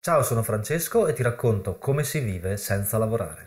Ciao, sono Francesco e ti racconto come si vive senza lavorare.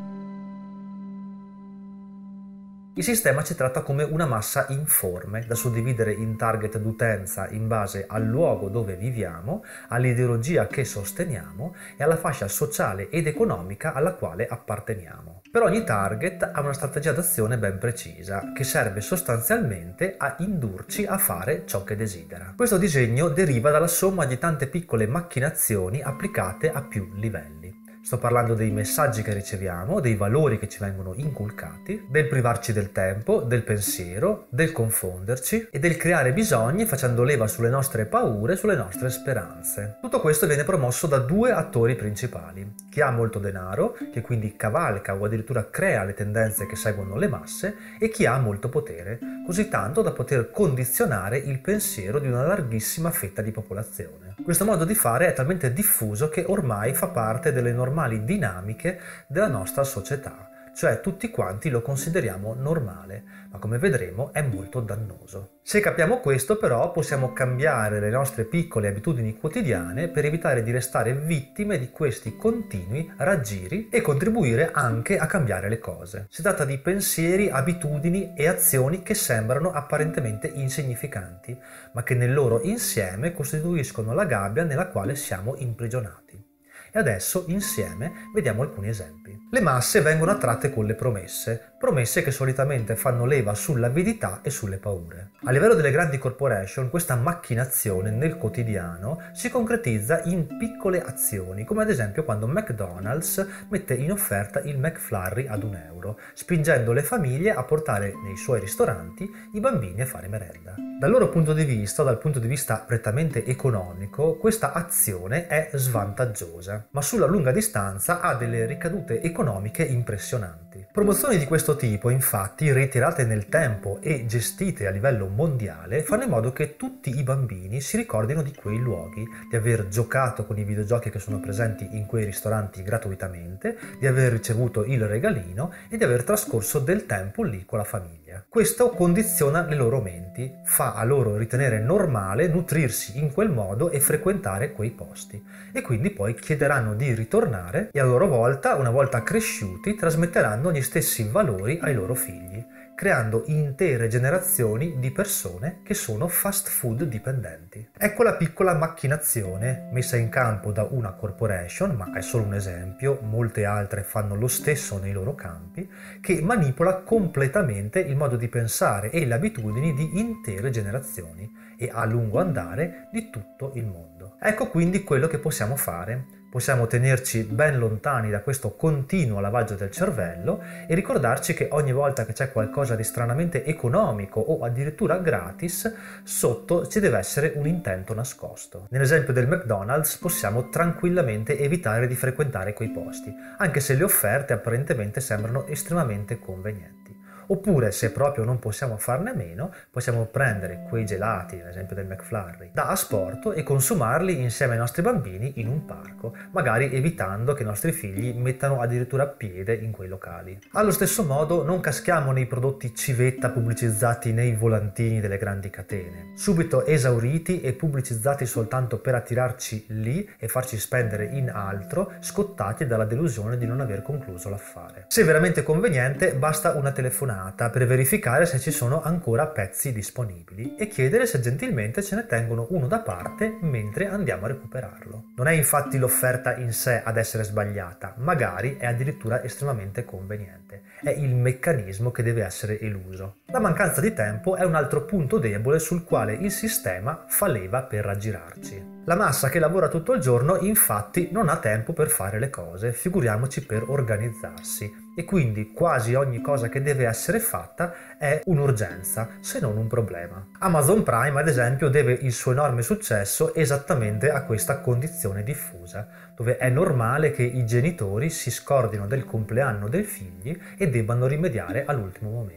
Il sistema ci tratta come una massa informe, da suddividere in target d'utenza in base al luogo dove viviamo, all'ideologia che sosteniamo e alla fascia sociale ed economica alla quale apparteniamo. Per ogni target ha una strategia d'azione ben precisa, che serve sostanzialmente a indurci a fare ciò che desidera. Questo disegno deriva dalla somma di tante piccole macchinazioni applicate a più livelli. Sto parlando dei messaggi che riceviamo, dei valori che ci vengono inculcati, del privarci del tempo, del pensiero, del confonderci e del creare bisogni facendo leva sulle nostre paure, sulle nostre speranze. Tutto questo viene promosso da due attori principali: chi ha molto denaro, che quindi cavalca o addirittura crea le tendenze che seguono le masse, e chi ha molto potere, così tanto da poter condizionare il pensiero di una larghissima fetta di popolazione. Questo modo di fare è talmente diffuso che ormai fa parte delle normali dinamiche della nostra società, cioè tutti quanti lo consideriamo normale, ma come vedremo è molto dannoso. Se capiamo questo, però, possiamo cambiare le nostre piccole abitudini quotidiane per evitare di restare vittime di questi continui raggiri e contribuire anche a cambiare le cose. Si tratta di pensieri, abitudini e azioni che sembrano apparentemente insignificanti, ma che nel loro insieme costituiscono la gabbia nella quale siamo imprigionati. E adesso, insieme, vediamo alcuni esempi. Le masse vengono attratte con le promesse che solitamente fanno leva sull'avidità e sulle paure. A livello delle grandi corporation, questa macchinazione nel quotidiano si concretizza in piccole azioni, come ad esempio quando McDonald's mette in offerta il McFlurry ad €1, spingendo le famiglie a portare nei suoi ristoranti i bambini a fare merenda. Dal loro punto di vista, dal punto di vista prettamente economico, questa azione è svantaggiosa, ma sulla lunga distanza ha delle ricadute economiche impressionanti. Promozioni di questo tipo, infatti, ritirate nel tempo e gestite a livello mondiale, fanno in modo che tutti i bambini si ricordino di quei luoghi, di aver giocato con i videogiochi che sono presenti in quei ristoranti gratuitamente, di aver ricevuto il regalino e di aver trascorso del tempo lì con la famiglia. Questo condiziona le loro menti, fa a loro ritenere normale nutrirsi in quel modo e frequentare quei posti, e quindi poi chiederanno di ritornare e a loro volta, una volta cresciuti, trasmetteranno gli stessi valori ai loro figli, creando intere generazioni di persone che sono fast food dipendenti. Ecco la piccola macchinazione messa in campo da una corporation, ma è solo un esempio, molte altre fanno lo stesso nei loro campi, che manipola completamente il modo di pensare e le abitudini di intere generazioni e a lungo andare di tutto il mondo. Ecco quindi quello che possiamo fare. Possiamo tenerci ben lontani da questo continuo lavaggio del cervello e ricordarci che ogni volta che c'è qualcosa di stranamente economico o addirittura gratis, sotto ci deve essere un intento nascosto. Nell'esempio del McDonald's possiamo tranquillamente evitare di frequentare quei posti, anche se le offerte apparentemente sembrano estremamente convenienti. Oppure, se proprio non possiamo farne a meno, possiamo prendere quei gelati, ad esempio del McFlurry, da asporto e consumarli insieme ai nostri bambini in un parco, magari evitando che i nostri figli mettano addirittura piede in quei locali. Allo stesso modo, non caschiamo nei prodotti civetta pubblicizzati nei volantini delle grandi catene, subito esauriti e pubblicizzati soltanto per attirarci lì e farci spendere in altro, scottati dalla delusione di non aver concluso l'affare. Se veramente conveniente, basta una telefonata per verificare se ci sono ancora pezzi disponibili e chiedere se gentilmente ce ne tengono uno da parte mentre andiamo a recuperarlo. Non è infatti l'offerta in sé ad essere sbagliata, magari è addirittura estremamente conveniente. È il meccanismo che deve essere eluso. La mancanza di tempo è un altro punto debole sul quale il sistema fa leva per raggirarci. La massa che lavora tutto il giorno infatti non ha tempo per fare le cose, figuriamoci per organizzarsi, e quindi quasi ogni cosa che deve essere fatta è un'urgenza, se non un problema. Amazon Prime, ad esempio, deve il suo enorme successo esattamente a questa condizione diffusa, dove è normale che i genitori si scordino del compleanno dei figli e debbano rimediare all'ultimo momento.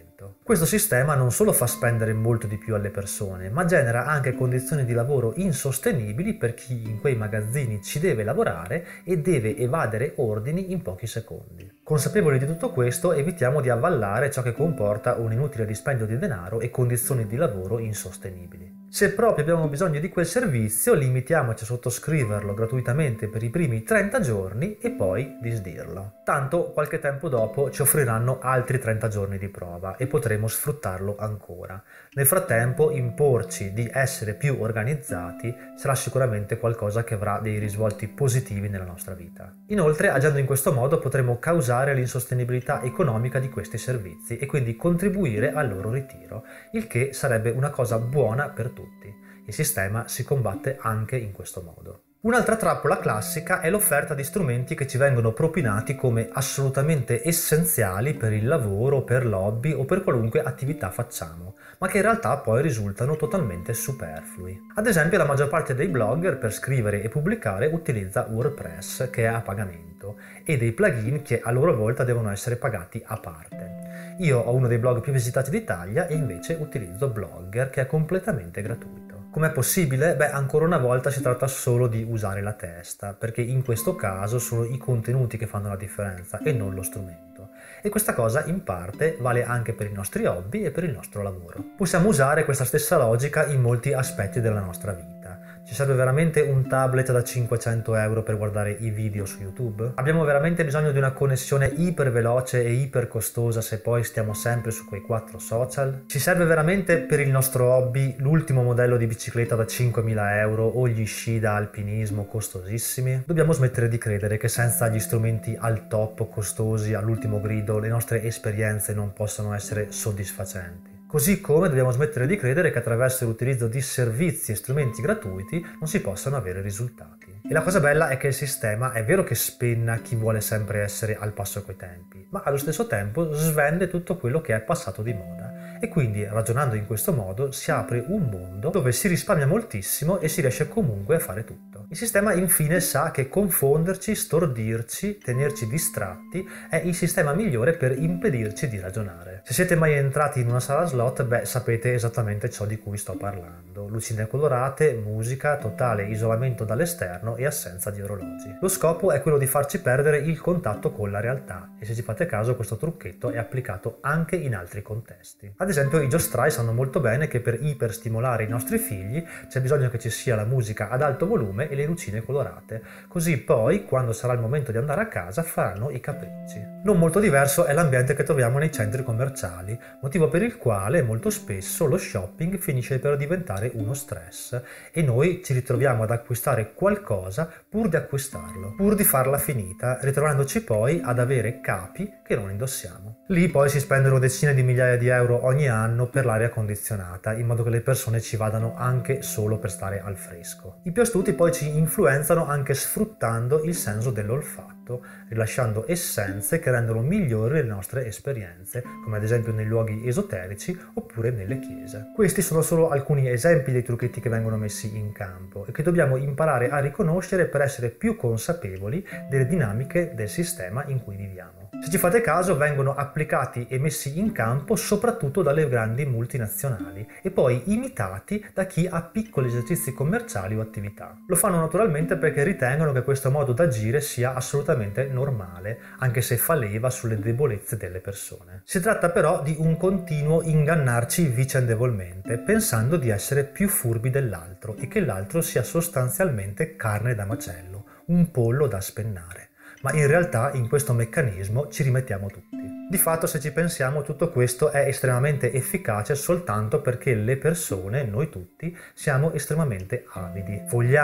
Questo sistema non solo fa spendere molto di più alle persone, ma genera anche condizioni di lavoro insostenibili per chi in quei magazzini ci deve lavorare e deve evadere ordini in pochi secondi. Consapevoli di tutto questo, evitiamo di avvallare ciò che comporta un inutile dispendio di denaro e condizioni di lavoro insostenibili. Se proprio abbiamo bisogno di quel servizio, limitiamoci a sottoscriverlo gratuitamente per i primi 30 giorni e poi disdirlo. Tanto qualche tempo dopo ci offriranno altri 30 giorni di prova e potremo sfruttarlo ancora. Nel frattempo, imporci di essere più organizzati sarà sicuramente qualcosa che avrà dei risvolti positivi nella nostra vita. Inoltre, agendo in questo modo, potremo causare l'insostenibilità economica di questi servizi e quindi contribuire al loro ritiro, il che sarebbe una cosa buona per tutti. Il sistema si combatte anche in questo modo. Un'altra trappola classica è l'offerta di strumenti che ci vengono propinati come assolutamente essenziali per il lavoro, per l'hobby o per qualunque attività facciamo, ma che in realtà poi risultano totalmente superflui. Ad esempio, la maggior parte dei blogger per scrivere e pubblicare utilizza WordPress, che è a pagamento, e dei plugin che a loro volta devono essere pagati a parte. Io ho uno dei blog più visitati d'Italia e invece utilizzo Blogger, che è completamente gratuito. Com'è possibile? Beh, ancora una volta si tratta solo di usare la testa, perché in questo caso sono i contenuti che fanno la differenza e non lo strumento. E questa cosa in parte vale anche per i nostri hobby e per il nostro lavoro. Possiamo usare questa stessa logica in molti aspetti della nostra vita. Ci serve veramente un tablet da 500 euro per guardare i video su YouTube? Abbiamo veramente bisogno di una connessione iper veloce e iper costosa se poi stiamo sempre su quei 4 social? Ci serve veramente per il nostro hobby l'ultimo modello di bicicletta da 5.000 euro o gli sci da alpinismo costosissimi? Dobbiamo smettere di credere che senza gli strumenti al top, costosi, all'ultimo grido, le nostre esperienze non possano essere soddisfacenti. Così come dobbiamo smettere di credere che attraverso l'utilizzo di servizi e strumenti gratuiti non si possano avere risultati. E la cosa bella è che il sistema è vero che spenna chi vuole sempre essere al passo coi tempi, ma allo stesso tempo svende tutto quello che è passato di moda. E quindi, ragionando in questo modo, si apre un mondo dove si risparmia moltissimo e si riesce comunque a fare tutto. Il sistema infine sa che confonderci, stordirci, tenerci distratti è il sistema migliore per impedirci di ragionare. Se siete mai entrati in una sala slot, sapete esattamente ciò di cui sto parlando. Lucine colorate, musica, totale isolamento dall'esterno e assenza di orologi. Lo scopo è quello di farci perdere il contatto con la realtà e se ci fate caso questo trucchetto è applicato anche in altri contesti. Ad esempio i giostrai sanno molto bene che per iperstimolare i nostri figli c'è bisogno che ci sia la musica ad alto volume e le lucine colorate, così poi quando sarà il momento di andare a casa faranno i capricci. Non molto diverso è l'ambiente che troviamo nei centri commerciali, motivo per il quale molto spesso lo shopping finisce per diventare uno stress e noi ci ritroviamo ad acquistare qualcosa pur di acquistarlo, pur di farla finita, ritrovandoci poi ad avere capi che non indossiamo. Lì poi si spendono decine di migliaia di euro ogni anno per l'aria condizionata, in modo che le persone ci vadano anche solo per stare al fresco. I più astuti poi ci influenzano anche sfruttando il senso dell'olfatto, rilasciando essenze che rendono migliori le nostre esperienze, come ad esempio nei luoghi esoterici oppure nelle chiese. Questi sono solo alcuni esempi dei trucchetti che vengono messi in campo e che dobbiamo imparare a riconoscere per essere più consapevoli delle dinamiche del sistema in cui viviamo. Se ci fate caso, vengono applicati e messi in campo soprattutto dalle grandi multinazionali e poi imitati da chi ha piccoli esercizi commerciali o attività. Lo fanno naturalmente perché ritengono che questo modo d'agire sia assolutamente normale, anche se fa leva sulle debolezze delle persone. Si tratta però di un continuo ingannarci vicendevolmente, pensando di essere più furbi dell'altro e che l'altro sia sostanzialmente carne da macello, un pollo da spennare. Ma in realtà in questo meccanismo ci rimettiamo tutti. Di fatto, se ci pensiamo, tutto questo è estremamente efficace soltanto perché le persone, noi tutti, siamo estremamente avidi.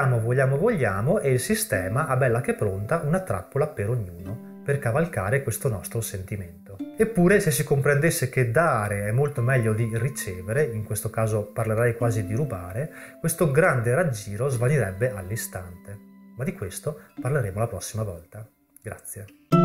Vogliamo e il sistema ha bella che pronta una trappola per ognuno per cavalcare questo nostro sentimento. Eppure, se si comprendesse che dare è molto meglio di ricevere, in questo caso parlerei quasi di rubare, questo grande raggiro svanirebbe all'istante. Ma di questo parleremo la prossima volta. Grazie.